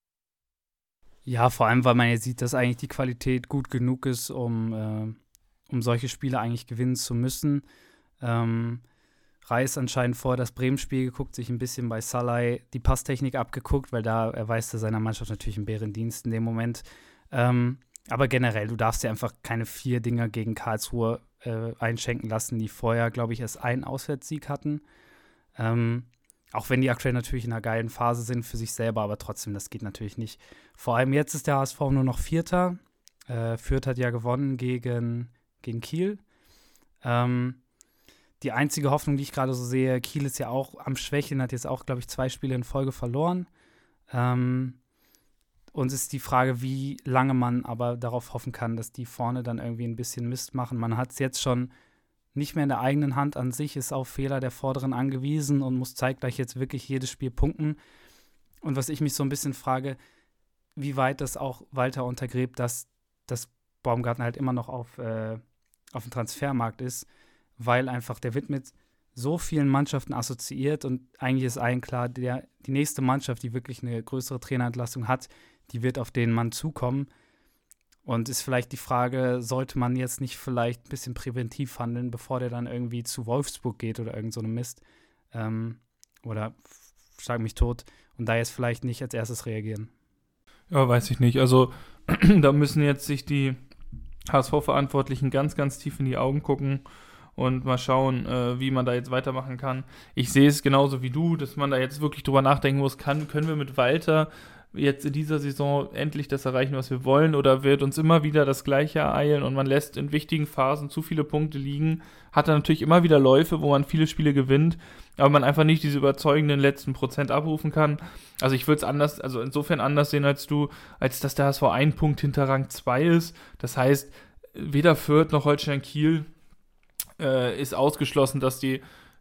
Ja, vor allem, weil man ja sieht, dass eigentlich die Qualität gut genug ist, um, äh, um solche Spiele eigentlich gewinnen zu müssen. Ähm, Reis anscheinend vor das Bremen-Spiel geguckt, sich ein bisschen bei Salai die Passtechnik abgeguckt, weil da erweist er seiner Mannschaft natürlich einen Bärendienst in dem Moment. Ähm, aber generell, du darfst dir einfach keine vier Dinger gegen Karlsruhe äh, einschenken lassen, die vorher, glaube ich, erst einen Auswärtssieg hatten. Ähm, Auch wenn die aktuell natürlich in einer geilen Phase sind für sich selber, aber trotzdem, das geht natürlich nicht. Vor allem jetzt ist der H S V nur noch Vierter. Äh, Fürth hat ja gewonnen gegen, gegen Kiel. Ähm, die einzige Hoffnung, die ich gerade so sehe, Kiel ist ja auch am Schwächeln, hat jetzt auch, glaube ich, zwei Spiele in Folge verloren. Ähm, uns ist die Frage, wie lange man aber darauf hoffen kann, dass die vorne dann irgendwie ein bisschen Mist machen. Man hat es jetzt schon nicht mehr in der eigenen Hand an sich, ist auf Fehler der Vorderen angewiesen und muss zeitgleich jetzt wirklich jedes Spiel punkten. Und was ich mich so ein bisschen frage, wie weit das auch Walter untergräbt, dass, dass Baumgartner halt immer noch auf, äh, auf dem Transfermarkt ist, weil einfach der wird mit so vielen Mannschaften assoziiert und eigentlich ist allen klar, der, die nächste Mannschaft, die wirklich eine größere Trainerentlastung hat, die wird auf den Mann zukommen. Und ist vielleicht die Frage, sollte man jetzt nicht vielleicht ein bisschen präventiv handeln, bevor der dann irgendwie zu Wolfsburg geht oder irgend so eine Mist. Ähm, oder schlag mich tot. Und da jetzt vielleicht nicht als erstes reagieren. Ja, weiß ich nicht. Also da müssen jetzt sich die H S V-Verantwortlichen ganz, ganz tief in die Augen gucken und mal schauen, äh, wie man da jetzt weitermachen kann. Ich sehe es genauso wie du, dass man da jetzt wirklich drüber nachdenken muss, kann, können wir mit Walter jetzt in dieser Saison endlich das erreichen, was wir wollen, oder wird uns immer wieder das Gleiche ereilen und man lässt in wichtigen Phasen zu viele Punkte liegen, hat dann natürlich immer wieder Läufe, wo man viele Spiele gewinnt, aber man einfach nicht diese überzeugenden letzten Prozent abrufen kann. Also ich würde es anders, also insofern anders sehen als du, als dass der H S V ein Punkt hinter Rang zwei ist. Das heißt, weder Fürth noch Holstein Kiel äh, ist ausgeschlossen, dass die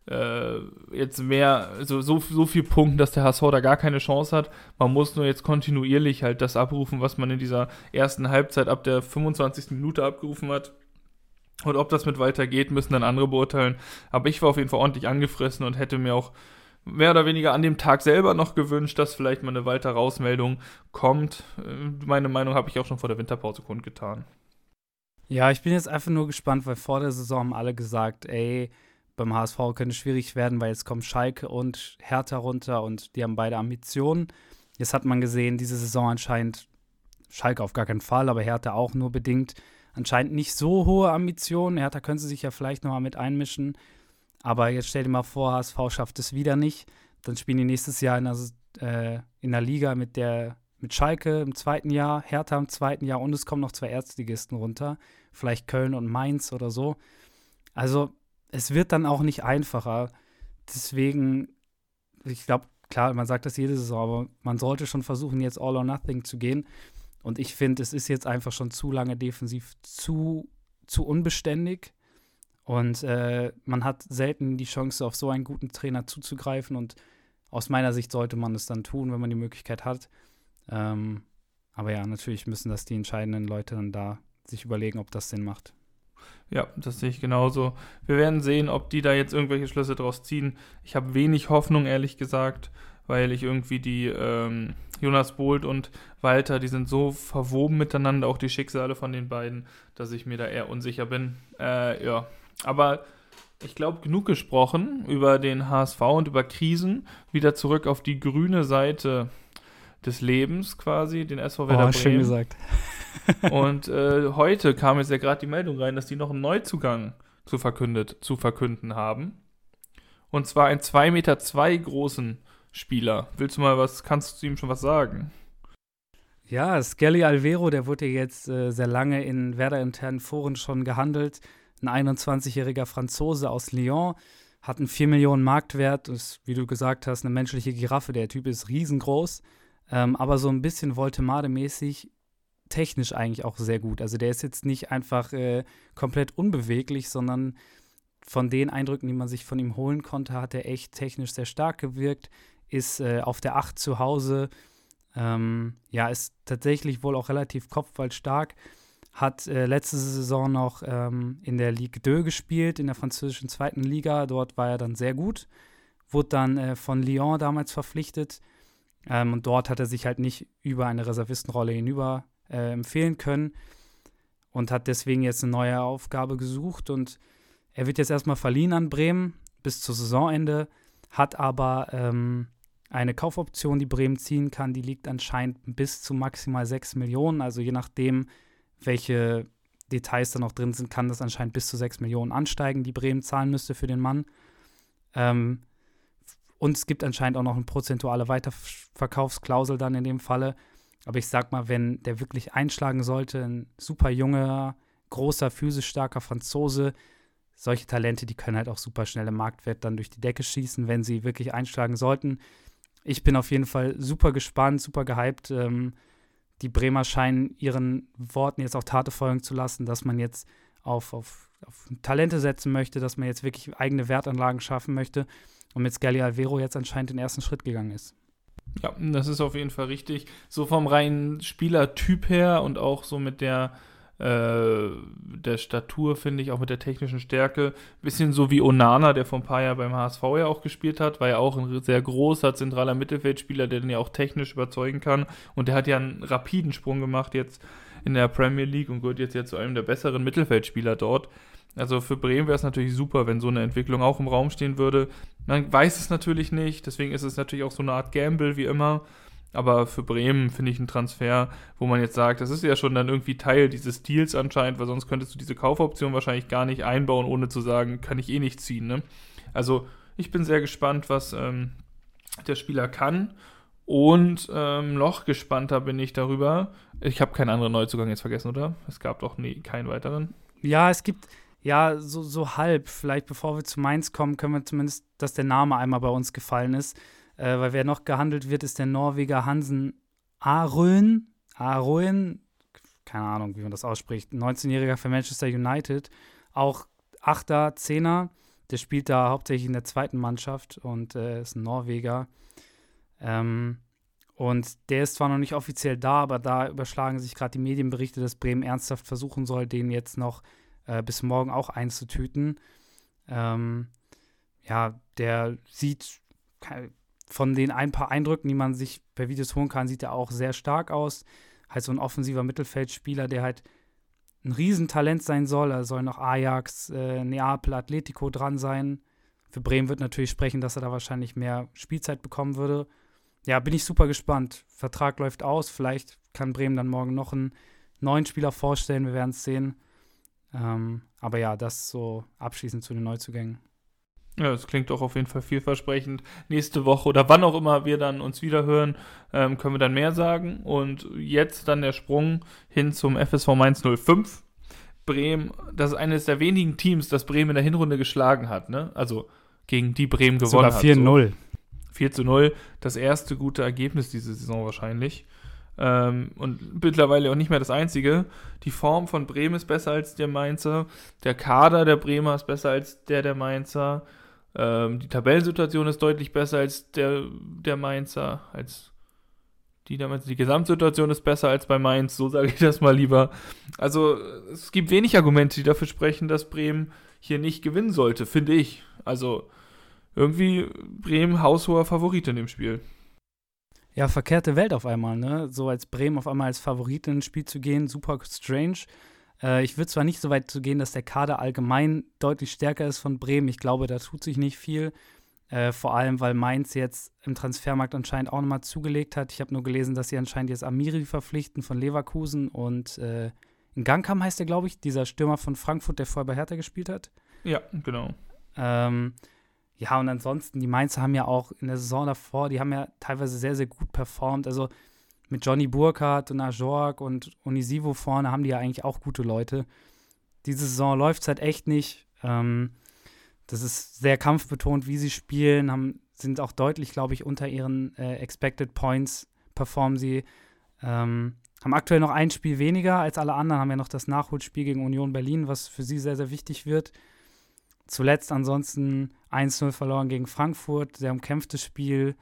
jetzt mehr, also so, so viel Punkten, dass der H S V da gar keine Chance hat. Man muss nur jetzt kontinuierlich halt das abrufen, was man in dieser ersten Halbzeit ab der fünfundzwanzigsten Minute abgerufen hat. Und ob das mit Walter geht, müssen dann andere beurteilen. Aber ich war auf jeden Fall ordentlich angefressen und hätte mir auch mehr oder weniger an dem Tag selber noch gewünscht, dass vielleicht mal eine Walter-Rausmeldung kommt. Meine Meinung habe ich auch schon vor der Winterpause kundgetan. Ja, ich bin jetzt einfach nur gespannt, weil vor der Saison haben alle gesagt, ey, beim H S V könnte es schwierig werden, weil jetzt kommen Schalke und Hertha runter und die haben beide Ambitionen. Jetzt hat man gesehen, diese Saison anscheinend, Schalke auf gar keinen Fall, aber Hertha auch nur bedingt, anscheinend nicht so hohe Ambitionen. Hertha könnte sich ja vielleicht noch mal mit einmischen. Aber jetzt stell dir mal vor, H S V schafft es wieder nicht. Dann spielen die nächstes Jahr in der, äh, in der Liga mit, der, mit Schalke im zweiten Jahr, Hertha im zweiten Jahr und es kommen noch zwei Erstligisten runter. Vielleicht Köln und Mainz oder so. Also es wird dann auch nicht einfacher. Deswegen, ich glaube, klar, man sagt das jede Saison, aber man sollte schon versuchen, jetzt all or nothing zu gehen. Und ich finde, es ist jetzt einfach schon zu lange defensiv zu, zu unbeständig. Und äh, man hat selten die Chance, auf so einen guten Trainer zuzugreifen. Und aus meiner Sicht sollte man es dann tun, wenn man die Möglichkeit hat. Ähm, aber ja, natürlich müssen das die entscheidenden Leute dann da sich überlegen, ob das Sinn macht. Ja, das sehe ich genauso. Wir werden sehen, ob die da jetzt irgendwelche Schlüsse draus ziehen. Ich habe wenig Hoffnung, ehrlich gesagt, weil ich irgendwie die ähm, Jonas Bolt und Walter, die sind so verwoben miteinander, auch die Schicksale von den beiden, dass ich mir da eher unsicher bin. Äh, ja, aber ich glaube, genug gesprochen über den H S V und über Krisen. Wieder zurück auf die grüne Seite des Lebens quasi, den S V Werder Oh, Bremen. schön gesagt. Und äh, heute kam jetzt ja gerade die Meldung rein, dass die noch einen Neuzugang zu, verkündet, zu verkünden haben. Und zwar einen zwei Meter zwei großen Spieler. Willst du mal was, kannst du zu ihm schon was sagen? Ja, Skelly Alvero, der wurde ja jetzt äh, sehr lange in Werder-internen Foren schon gehandelt. Ein einundzwanzigjähriger Franzose aus Lyon, hat einen vier Millionen Marktwert, ist, wie du gesagt hast, eine menschliche Giraffe. Der Typ ist riesengroß, ähm, aber so ein bisschen Voltemade-mäßig, technisch eigentlich auch sehr gut. Also der ist jetzt nicht einfach äh, komplett unbeweglich, sondern von den Eindrücken, die man sich von ihm holen konnte, hat er echt technisch sehr stark gewirkt, ist äh, auf der acht zu Hause, ähm, ja, ist tatsächlich wohl auch relativ kopfballstark, hat äh, letzte Saison noch ähm, in der Ligue zwei gespielt, in der französischen zweiten Liga. Dort war er dann sehr gut. Wurde dann äh, von Lyon damals verpflichtet. Ähm, und dort hat er sich halt nicht über eine Reservistenrolle hinüber äh, empfehlen können. Und hat deswegen jetzt eine neue Aufgabe gesucht. Und er wird jetzt erstmal verliehen an Bremen bis zum Saisonende. Hat aber ähm, eine Kaufoption, die Bremen ziehen kann. Die liegt anscheinend bis zu maximal sechs Millionen. Also je nachdem, welche Details da noch drin sind, kann das anscheinend bis zu sechs Millionen ansteigen, die Bremen zahlen müsste für den Mann. Ähm, und es gibt anscheinend auch noch eine prozentuale Weiterverkaufsklausel dann in dem Falle. Aber ich sag mal, wenn der wirklich einschlagen sollte, ein super junger, großer, physisch starker Franzose, solche Talente, die können halt auch super schnell im Marktwert dann durch die Decke schießen, wenn sie wirklich einschlagen sollten. Ich bin auf jeden Fall super gespannt, super gehypt. Ähm, Die Bremer scheinen ihren Worten jetzt auch Taten folgen zu lassen, dass man jetzt auf, auf, auf Talente setzen möchte, dass man jetzt wirklich eigene Wertanlagen schaffen möchte und mit Skelly Alvero jetzt anscheinend den ersten Schritt gegangen ist. Ja, das ist auf jeden Fall richtig. So vom reinen Spielertyp her und auch so mit der, äh, der Statur, finde ich, auch mit der technischen Stärke. Bisschen so wie Onana, der vor ein paar Jahren beim H S V ja auch gespielt hat, war ja auch ein sehr großer, zentraler Mittelfeldspieler, der den ja auch technisch überzeugen kann. Und der hat ja einen rapiden Sprung gemacht jetzt in der Premier League und gehört jetzt ja zu einem der besseren Mittelfeldspieler dort. Also für Bremen wäre es natürlich super, wenn so eine Entwicklung auch im Raum stehen würde. Man weiß es natürlich nicht, deswegen ist es natürlich auch so eine Art Gamble wie immer. Aber für Bremen finde ich einen Transfer, wo man jetzt sagt, das ist ja schon dann irgendwie Teil dieses Deals anscheinend, weil sonst könntest du diese Kaufoption wahrscheinlich gar nicht einbauen, ohne zu sagen, kann ich eh nicht ziehen. Ne? Also ich bin sehr gespannt, was ähm, der Spieler kann. Und ähm, noch gespannter bin ich darüber. Ich habe keinen anderen Neuzugang jetzt vergessen, oder? Es gab doch nee, keinen weiteren. Ja, es gibt, ja, so, so halb. Vielleicht bevor wir zu Mainz kommen, können wir zumindest, dass der Name einmal bei uns gefallen ist. Äh, weil wer noch gehandelt wird, ist der Norweger Hansen Aarøen. Aarøen, keine Ahnung, wie man das ausspricht. neunzehnjähriger für Manchester United. Auch Achter, Zehner. Der spielt da hauptsächlich in der zweiten Mannschaft und äh, ist ein Norweger. Ähm, und der ist zwar noch nicht offiziell da, aber da überschlagen sich gerade die Medienberichte, dass Bremen ernsthaft versuchen soll, den jetzt noch äh, bis morgen auch einzutüten. Ähm, ja, der sieht von den ein paar Eindrücken, die man sich per Videos holen kann, sieht er auch sehr stark aus. Halt so ein offensiver Mittelfeldspieler, der halt ein Riesentalent sein soll. Da sollen noch Ajax, äh, Neapel, Atletico dran sein. Für Bremen wird natürlich sprechen, dass er da wahrscheinlich mehr Spielzeit bekommen würde. Ja, bin ich super gespannt. Vertrag läuft aus. Vielleicht kann Bremen dann morgen noch einen neuen Spieler vorstellen. Wir werden es sehen. Ähm, aber ja, das so abschließend zu den Neuzugängen. Ja, das klingt doch auf jeden Fall vielversprechend. Nächste Woche oder wann auch immer wir dann uns wieder hören, ähm, können wir dann mehr sagen. Und jetzt dann der Sprung hin zum F S V Mainz null fünf. Bremen, das ist eines der wenigen Teams, das Bremen in der Hinrunde geschlagen hat, ne? Also gegen die Bremen gewonnen Sogar hat. vier null. So. vier zu null, das erste gute Ergebnis diese Saison wahrscheinlich. Ähm, und mittlerweile auch nicht mehr das einzige. Die Form von Bremen ist besser als der Mainzer. Der Kader der Bremer ist besser als der der Mainzer. Ähm, die Tabellensituation ist deutlich besser als der, der Mainzer. Als die, der Mainzer. Die Gesamtsituation ist besser als bei Mainz, so sage ich das mal lieber. Also es gibt wenig Argumente, die dafür sprechen, dass Bremen hier nicht gewinnen sollte, finde ich. Also irgendwie Bremen haushoher Favorit in dem Spiel. Ja, verkehrte Welt auf einmal, ne? So als Bremen auf einmal als Favorit in ein Spiel zu gehen, super strange. Äh, ich würde zwar nicht so weit zu gehen, dass der Kader allgemein deutlich stärker ist von Bremen. Ich glaube, da tut sich nicht viel. Äh, vor allem, weil Mainz jetzt im Transfermarkt anscheinend auch nochmal zugelegt hat. Ich habe nur gelesen, dass sie anscheinend jetzt Amiri verpflichten von Leverkusen und äh, Ngankam heißt der, glaube ich, dieser Stürmer von Frankfurt, der vorher bei Hertha gespielt hat. Ja, genau. Ähm, Ja, und ansonsten, die Mainzer haben ja auch in der Saison davor, die haben ja teilweise sehr, sehr gut performt. Also mit Johnny Burkhardt und Ajorg und Onisivo vorne haben die ja eigentlich auch gute Leute. Diese Saison läuft es halt echt nicht. Ähm, das ist sehr kampfbetont, wie sie spielen, haben, sind auch deutlich, glaube ich, unter ihren äh, Expected Points performen sie. Ähm, haben aktuell noch ein Spiel weniger als alle anderen, haben ja noch das Nachholspiel gegen Union Berlin, was für sie sehr, sehr wichtig wird. Zuletzt ansonsten eins null verloren gegen Frankfurt, sehr umkämpftes Spiel.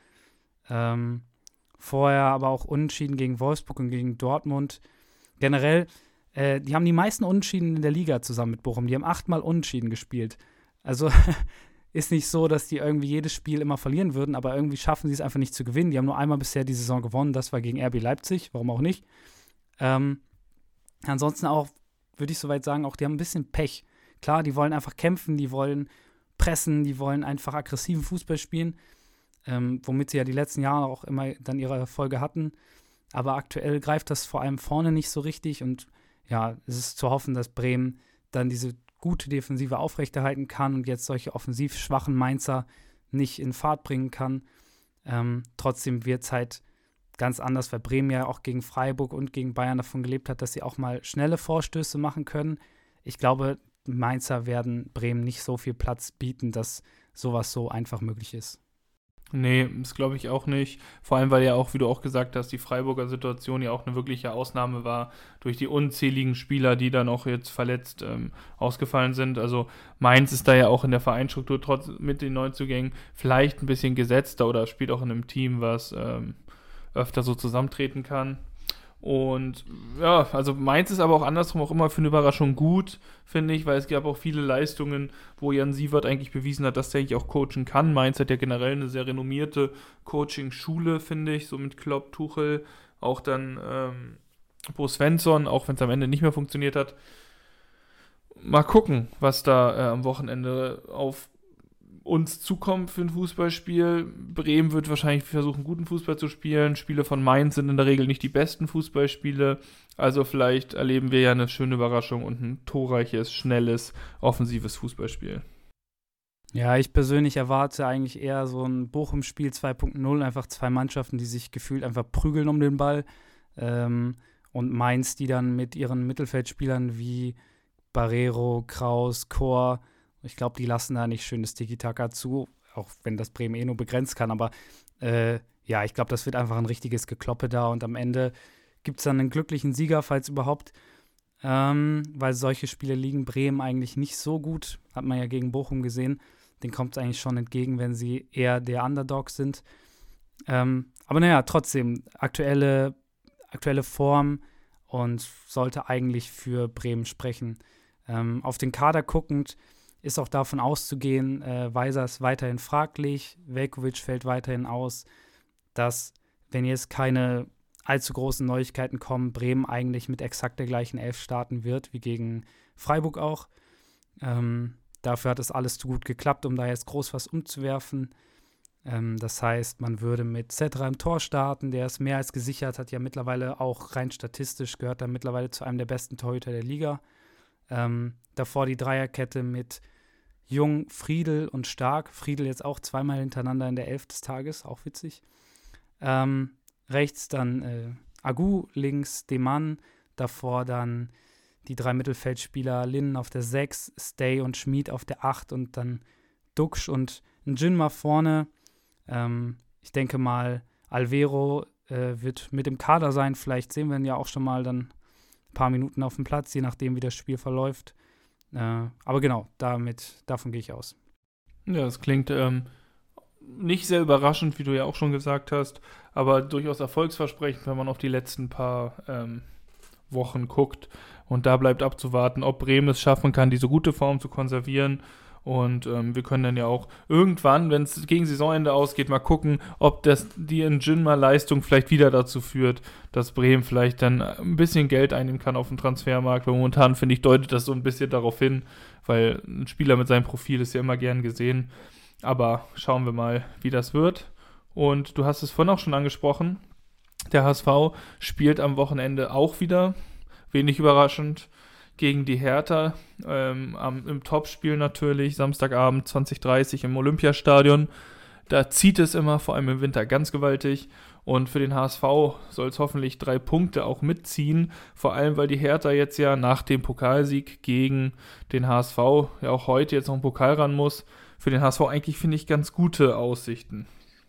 Ähm, vorher aber auch Unentschieden gegen Wolfsburg und gegen Dortmund. Generell, äh, die haben die meisten Unentschieden in der Liga zusammen mit Bochum. Die haben achtmal Unentschieden gespielt. Also ist nicht so, dass die irgendwie jedes Spiel immer verlieren würden, aber irgendwie schaffen sie es einfach nicht zu gewinnen. Die haben nur einmal bisher die Saison gewonnen, das war gegen R B Leipzig, warum auch nicht. Ähm, ansonsten auch, würde ich soweit sagen, auch die haben ein bisschen Pech. Klar, die wollen einfach kämpfen, die wollen pressen, die wollen einfach aggressiven Fußball spielen, ähm, womit sie ja die letzten Jahre auch immer dann ihre Erfolge hatten. Aber aktuell greift das vor allem vorne nicht so richtig und ja, es ist zu hoffen, dass Bremen dann diese gute Defensive aufrechterhalten kann und jetzt solche offensiv schwachen Mainzer nicht in Fahrt bringen kann. Ähm, trotzdem wird es halt ganz anders, weil Bremen ja auch gegen Freiburg und gegen Bayern davon gelebt hat, dass sie auch mal schnelle Vorstöße machen können. Ich glaube, Mainzer werden Bremen nicht so viel Platz bieten, dass sowas so einfach möglich ist. Nee, das glaube ich auch nicht. Vor allem, weil ja auch, wie du auch gesagt hast, die Freiburger Situation ja auch eine wirkliche Ausnahme war durch die unzähligen Spieler, die dann auch jetzt verletzt ähm, ausgefallen sind. Also Mainz ist da ja auch in der Vereinsstruktur trotz mit den Neuzugängen vielleicht ein bisschen gesetzter oder spielt auch in einem Team, was ähm, öfter so zusammentreten kann. Und ja, also Mainz ist aber auch andersrum auch immer für eine Überraschung gut, finde ich, weil es gab auch viele Leistungen, wo Jan Siewert eigentlich bewiesen hat, dass der eigentlich auch coachen kann. Mainz hat ja generell eine sehr renommierte Coaching-Schule, finde ich, so mit Klopp, Tuchel, auch dann ähm, Bo Svensson, auch wenn es am Ende nicht mehr funktioniert hat. Mal gucken, was da äh, am Wochenende auf uns zukommt für ein Fußballspiel. Bremen wird wahrscheinlich versuchen, guten Fußball zu spielen. Spiele von Mainz sind in der Regel nicht die besten Fußballspiele. Also vielleicht erleben wir ja eine schöne Überraschung und ein torreiches, schnelles, offensives Fußballspiel. Ja, ich persönlich erwarte eigentlich eher so ein Bochum-Spiel zwei Punkt null. Einfach zwei Mannschaften, die sich gefühlt einfach prügeln um den Ball. Ähm, und Mainz, die dann mit ihren Mittelfeldspielern wie Barrero, Kraus, Kor, ich glaube, die lassen da nicht schönes Tiki-Taka zu, auch wenn das Bremen eh nur begrenzt kann. Aber äh, ja, ich glaube, das wird einfach ein richtiges Gekloppe da. Und am Ende gibt es dann einen glücklichen Sieger, falls überhaupt. Ähm, weil solche Spiele liegen Bremen eigentlich nicht so gut. Hat man ja gegen Bochum gesehen. Den kommt es eigentlich schon entgegen, wenn sie eher der Underdog sind. Ähm, aber naja, trotzdem, aktuelle, aktuelle Form und sollte eigentlich für Bremen sprechen. Ähm, auf den Kader guckend ist auch davon auszugehen, äh, Weiser ist weiterhin fraglich, Veljković fällt weiterhin aus, dass, wenn jetzt keine allzu großen Neuigkeiten kommen, Bremen eigentlich mit exakt der gleichen Elf starten wird, wie gegen Freiburg auch. Ähm, dafür hat es alles zu gut geklappt, um da jetzt groß was umzuwerfen. Ähm, das heißt, man würde mit Zetra im Tor starten, der ist mehr als gesichert, hat ja mittlerweile auch rein statistisch, gehört er mittlerweile zu einem der besten Torhüter der Liga. Ähm, davor die Dreierkette mit Jung, Friedl und Stark. Friedl jetzt auch zweimal hintereinander in der Elf des Tages, auch witzig. Ähm, rechts dann äh, Agu, links Demann, davor dann die drei Mittelfeldspieler Linnen auf der sechs, Stay und Schmid auf der acht und dann Duxch und Njinma vorne. Ähm, ich denke mal, Alvero äh, wird mit im Kader sein. Vielleicht sehen wir ihn ja auch schon mal dann ein paar Minuten auf dem Platz, je nachdem, wie das Spiel verläuft. Äh, aber genau, damit, davon gehe ich aus. Ja, das klingt ähm, nicht sehr überraschend, wie du ja auch schon gesagt hast, aber durchaus erfolgsversprechend, wenn man auf die letzten paar ähm, Wochen guckt. Und da bleibt abzuwarten, ob Bremen es schaffen kann, diese gute Form zu konservieren. Und ähm, wir können dann ja auch irgendwann, wenn es gegen Saisonende ausgeht, mal gucken, ob das die Njinma-Leistung vielleicht wieder dazu führt, dass Bremen vielleicht dann ein bisschen Geld einnehmen kann auf dem Transfermarkt. Weil momentan, finde ich, deutet das so ein bisschen darauf hin, weil ein Spieler mit seinem Profil ist ja immer gern gesehen. Aber schauen wir mal, wie das wird. Und du hast es vorhin auch schon angesprochen, der H S V spielt am Wochenende auch wieder, wenig überraschend, gegen die Hertha, ähm, am, im Topspiel natürlich, Samstagabend zwanzig Uhr dreißig im Olympiastadion. Da zieht es immer, vor allem im Winter, ganz gewaltig. Und für den H S V soll es hoffentlich drei Punkte auch mitziehen, vor allem weil die Hertha jetzt ja nach dem Pokalsieg gegen den H S V ja auch heute jetzt noch einen Pokal ran muss. Für den H S V eigentlich, finde ich, ganz gute Aussichten.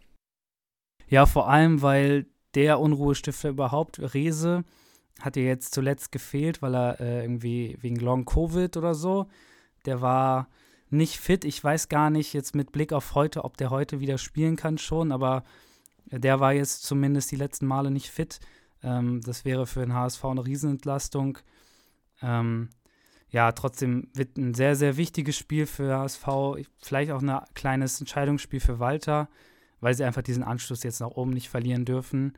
Ja, vor allem, weil der Unruhestifter überhaupt, Rehse, hat ja jetzt zuletzt gefehlt, weil er äh, irgendwie wegen Long-Covid oder so, der war nicht fit. Ich weiß gar nicht jetzt mit Blick auf heute, ob der heute wieder spielen kann schon, aber der war jetzt zumindest die letzten Male nicht fit. Ähm, das wäre für den H S V eine Riesenentlastung. Ähm, ja, trotzdem wird ein sehr, sehr wichtiges Spiel für H S V, vielleicht auch ein kleines Entscheidungsspiel für Walter, weil sie einfach diesen Anschluss jetzt nach oben nicht verlieren dürfen.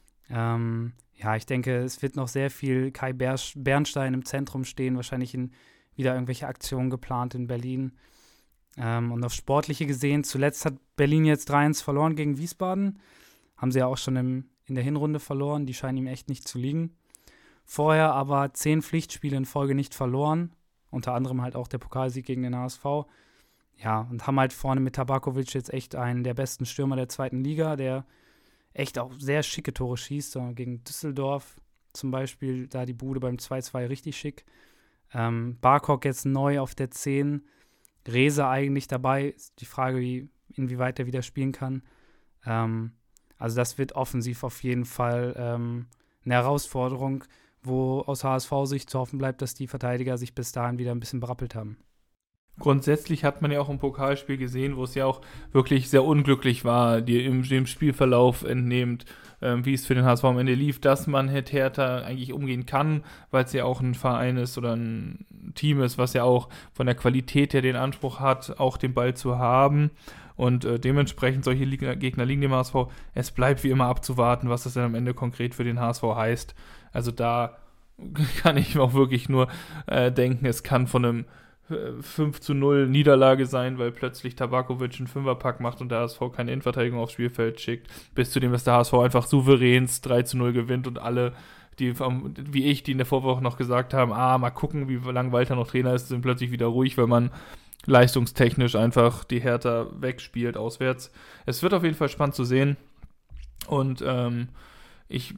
Ähm, ja, ich denke, es wird noch sehr viel Kai Ber- Bernstein im Zentrum stehen, wahrscheinlich in, wieder irgendwelche Aktionen geplant in Berlin. Ähm, und auf Sportliche gesehen, zuletzt hat Berlin jetzt drei eins verloren gegen Wiesbaden. Haben sie ja auch schon im, in der Hinrunde verloren, die scheinen ihm echt nicht zu liegen. Vorher aber zehn Pflichtspiele in Folge nicht verloren, unter anderem halt auch der Pokalsieg gegen den H S V. Ja, und haben halt vorne mit Tabakovic jetzt echt einen der besten Stürmer der zweiten Liga, der echt auch sehr schicke Tore schießt. So gegen Düsseldorf zum Beispiel, da die Bude beim zwei zwei richtig schick. Ähm, Barkok jetzt neu auf der zehn. Rehse eigentlich dabei. Ist die Frage, wie, inwieweit er wieder spielen kann. Ähm, also das wird offensiv auf jeden Fall ähm, eine Herausforderung, wo aus H S V-Sicht zu hoffen bleibt, dass die Verteidiger sich bis dahin wieder ein bisschen berappelt haben. Grundsätzlich hat man ja auch im Pokalspiel gesehen, wo es ja auch wirklich sehr unglücklich war, die im, dem Spielverlauf entnehmend, ähm, wie es für den H S V am Ende lief, dass man mit Hertha eigentlich umgehen kann, weil es ja auch ein Verein ist oder ein Team ist, was ja auch von der Qualität her den Anspruch hat, auch den Ball zu haben. Und äh, dementsprechend solche Liga- Gegner liegen dem H S V. Es bleibt wie immer abzuwarten, was das dann am Ende konkret für den H S V heißt. Also da kann ich auch wirklich nur äh, denken, es kann von einem fünf zu null Niederlage sein, weil plötzlich Tabakovic einen Fünferpack macht und der H S V keine Innenverteidigung aufs Spielfeld schickt, bis zu dem, dass der H S V einfach souveräns drei zu null gewinnt und alle, die wie ich, die in der Vorwoche noch gesagt haben, ah, mal gucken, wie lange Walter noch Trainer ist, sind plötzlich wieder ruhig, weil man leistungstechnisch einfach die Hertha wegspielt auswärts. Es wird auf jeden Fall spannend zu sehen und ähm, ich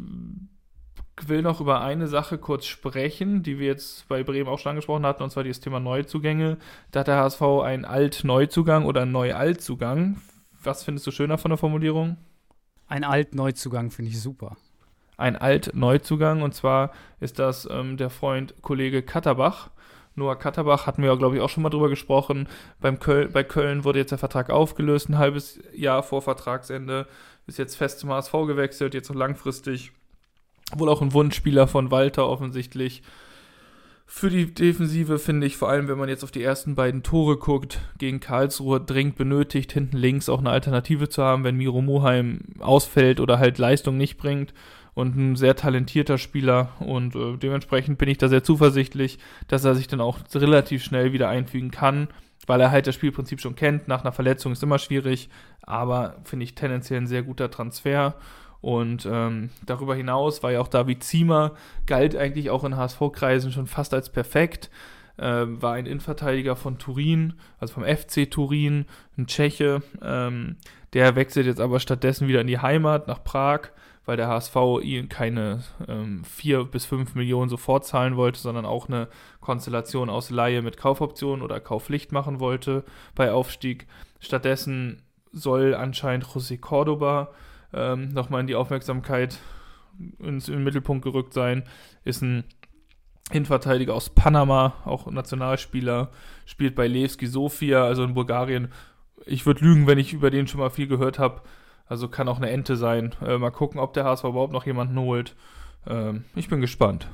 will noch über eine Sache kurz sprechen, die wir jetzt bei Bremen auch schon angesprochen hatten, und zwar das Thema Neuzugänge. Da hat der H S V einen Alt-Neuzugang oder einen Neu-Alt-Zugang. Was findest du schöner von der Formulierung? Ein Alt-Neuzugang finde ich super. Ein Alt-Neuzugang, und zwar ist das ähm, der Freund Kollege Katterbach. Noah Katterbach hatten wir ja, glaube ich, auch schon mal drüber gesprochen. Beim Köl- bei Köln wurde jetzt der Vertrag aufgelöst, ein halbes Jahr vor Vertragsende. Ist jetzt fest zum H S V gewechselt, jetzt noch langfristig. Wohl auch ein Wunschspieler von Walter offensichtlich. Für die Defensive finde ich, vor allem wenn man jetzt auf die ersten beiden Tore guckt, gegen Karlsruhe dringend benötigt, hinten links auch eine Alternative zu haben, wenn Miro Muheim ausfällt oder halt Leistung nicht bringt. und ein sehr talentierter Spieler und äh, dementsprechend bin ich da sehr zuversichtlich, dass er sich dann auch relativ schnell wieder einfügen kann, weil er halt das Spielprinzip schon kennt. Nach einer Verletzung ist immer schwierig, aber finde ich tendenziell ein sehr guter Transfer. Und ähm, darüber hinaus war ja auch David Ziemer, galt eigentlich auch in H S V-Kreisen schon fast als perfekt, äh, war ein Innenverteidiger von Turin, also vom F C Turin, ein Tscheche, ähm, der wechselt jetzt aber stattdessen wieder in die Heimat nach Prag, weil der H S V ihm keine ähm, vier bis fünf Millionen sofort zahlen wollte, sondern auch eine Konstellation aus Leihe mit Kaufoption oder Kaufpflicht machen wollte bei Aufstieg. Stattdessen soll anscheinend José Cordoba ähm, nochmal in die Aufmerksamkeit ins, in den Mittelpunkt gerückt sein. Ist ein Innenverteidiger aus Panama, auch Nationalspieler, spielt bei Levski Sofia, also in Bulgarien. Ich würde lügen, wenn ich über den schon mal viel gehört habe. Also kann auch eine Ente sein. Äh, mal gucken, ob der H S V überhaupt noch jemanden holt. Ähm, ich bin gespannt.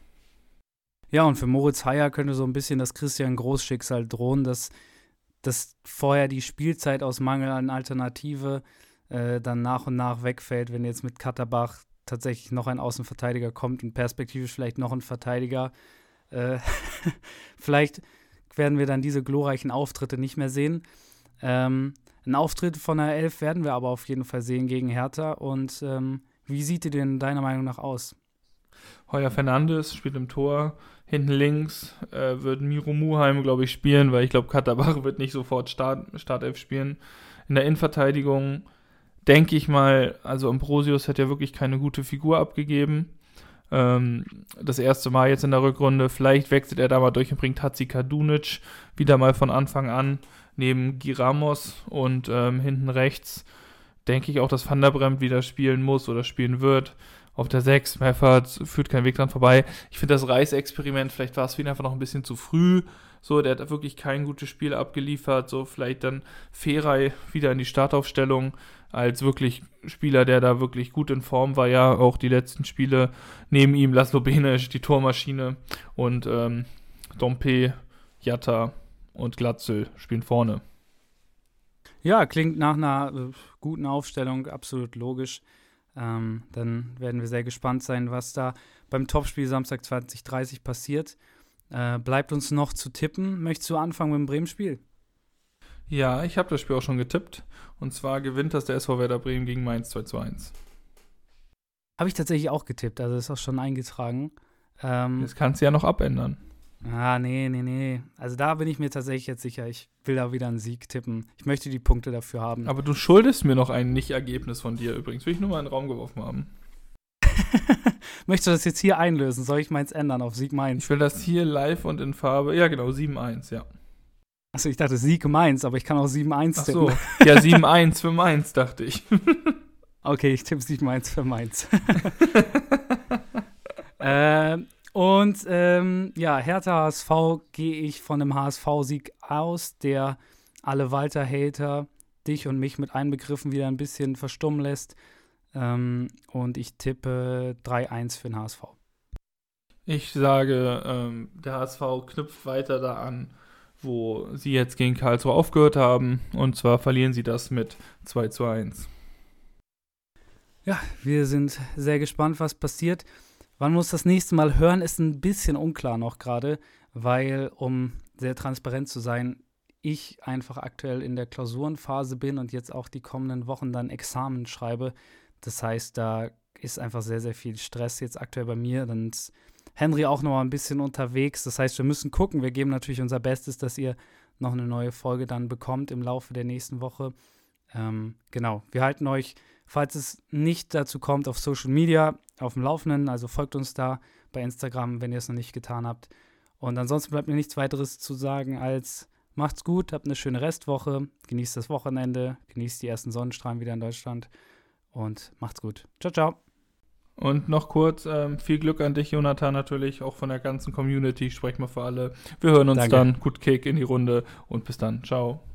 Ja, und für Moritz Heyer könnte so ein bisschen das Christian Groß-Schicksal drohen, dass, dass vorher die Spielzeit aus Mangel an Alternative äh, dann nach und nach wegfällt, wenn jetzt mit Katterbach tatsächlich noch ein Außenverteidiger kommt und perspektivisch vielleicht noch ein Verteidiger. Äh, vielleicht werden wir dann diese glorreichen Auftritte nicht mehr sehen. Ähm, Ein Auftritt von der Elf werden wir aber auf jeden Fall sehen gegen Hertha. Und ähm, wie sieht die denn deiner Meinung nach aus? Heuer Fernandes spielt im Tor. Hinten links äh, wird Miro Muheim, glaube ich, spielen, weil ich glaube, Katterbach wird nicht sofort Start, Startelf spielen. In der Innenverteidigung denke ich mal, also Ambrosius hat ja wirklich keine gute Figur abgegeben. Ähm, das erste Mal jetzt in der Rückrunde. Vielleicht wechselt er da mal durch und bringt Hatzi Kadunic wieder mal von Anfang an. Neben Giramos und ähm, hinten rechts denke ich auch, dass Van der Bremt wieder spielen muss oder spielen wird. Auf der sechs, Meffert führt kein Weg dran vorbei. Ich finde das Reis-Experiment, vielleicht war es für ihn einfach noch ein bisschen zu früh. So, der hat wirklich kein gutes Spiel abgeliefert. So, vielleicht dann Feray wieder in die Startaufstellung als wirklich Spieler, der da wirklich gut in Form war. Ja, auch die letzten Spiele neben ihm Laszlo Benisch, die Tormaschine und ähm, Dompe, Jatta und Glatzel spielen vorne. Ja, klingt nach einer äh, guten Aufstellung, absolut logisch. Ähm, dann werden wir sehr gespannt sein, was da beim Topspiel Samstag zwanzig Uhr dreißig passiert. Äh, bleibt uns noch zu tippen. Möchtest du anfangen mit dem Bremen-Spiel? Ja, ich habe das Spiel auch schon getippt. Und zwar gewinnt das der S V Werder Bremen gegen Mainz zwei zu eins. Habe ich tatsächlich auch getippt, also ist auch schon eingetragen. Ähm, Das kannst du ja noch abändern. Ah, nee, nee, nee. Also da bin ich mir tatsächlich jetzt sicher. Ich will da wieder einen Sieg tippen. Ich möchte die Punkte dafür haben. Aber du schuldest mir noch ein Nicht-Ergebnis von dir übrigens. Will ich nur mal in den Raum geworfen haben. Möchtest du das jetzt hier einlösen? Soll ich meins ändern auf Sieg Mainz? Ich will das hier live und in Farbe. Ja, genau, sieben eins, ja. Achso, ich dachte Sieg Mainz, aber ich kann auch sieben eins tippen. Ach so, ja, sieben eins für Mainz, dachte ich. Okay, ich tippe Sieg Mainz für Mainz. äh, und ähm, ja, Hertha H S V gehe ich von einem H S V-Sieg aus, der alle Walter-Hater, dich und mich mit einbegriffen, wieder ein bisschen verstummen lässt. Ähm, und ich tippe drei eins für den H S V. Ich sage, ähm, der H S V knüpft weiter da an, wo sie jetzt gegen Karlsruhe aufgehört haben. Und zwar verlieren sie das mit zwei zu eins. Ja, wir sind sehr gespannt, was passiert. Wann wir uns das nächste Mal hören, ist ein bisschen unklar noch gerade, weil, um sehr transparent zu sein, ich einfach aktuell in der Klausurenphase bin und jetzt auch die kommenden Wochen dann Examen schreibe. Das heißt, da ist einfach sehr, sehr viel Stress jetzt aktuell bei mir. Dann ist Henry auch noch mal ein bisschen unterwegs. Das heißt, wir müssen gucken. Wir geben natürlich unser Bestes, dass ihr noch eine neue Folge dann bekommt im Laufe der nächsten Woche. Ähm, genau, wir halten euch, falls es nicht dazu kommt, auf Social Media auf dem Laufenden. Also folgt uns da bei Instagram, wenn ihr es noch nicht getan habt. Und ansonsten bleibt mir nichts weiteres zu sagen als macht's gut, habt eine schöne Restwoche, genießt das Wochenende, genießt die ersten Sonnenstrahlen wieder in Deutschland und macht's gut. Ciao, ciao. Und noch kurz, ähm, viel Glück an dich, Jonathan, natürlich, auch von der ganzen Community. Ich spreche mal für alle. Wir hören uns Danke. dann. Gut Kick in die Runde und bis dann. Ciao.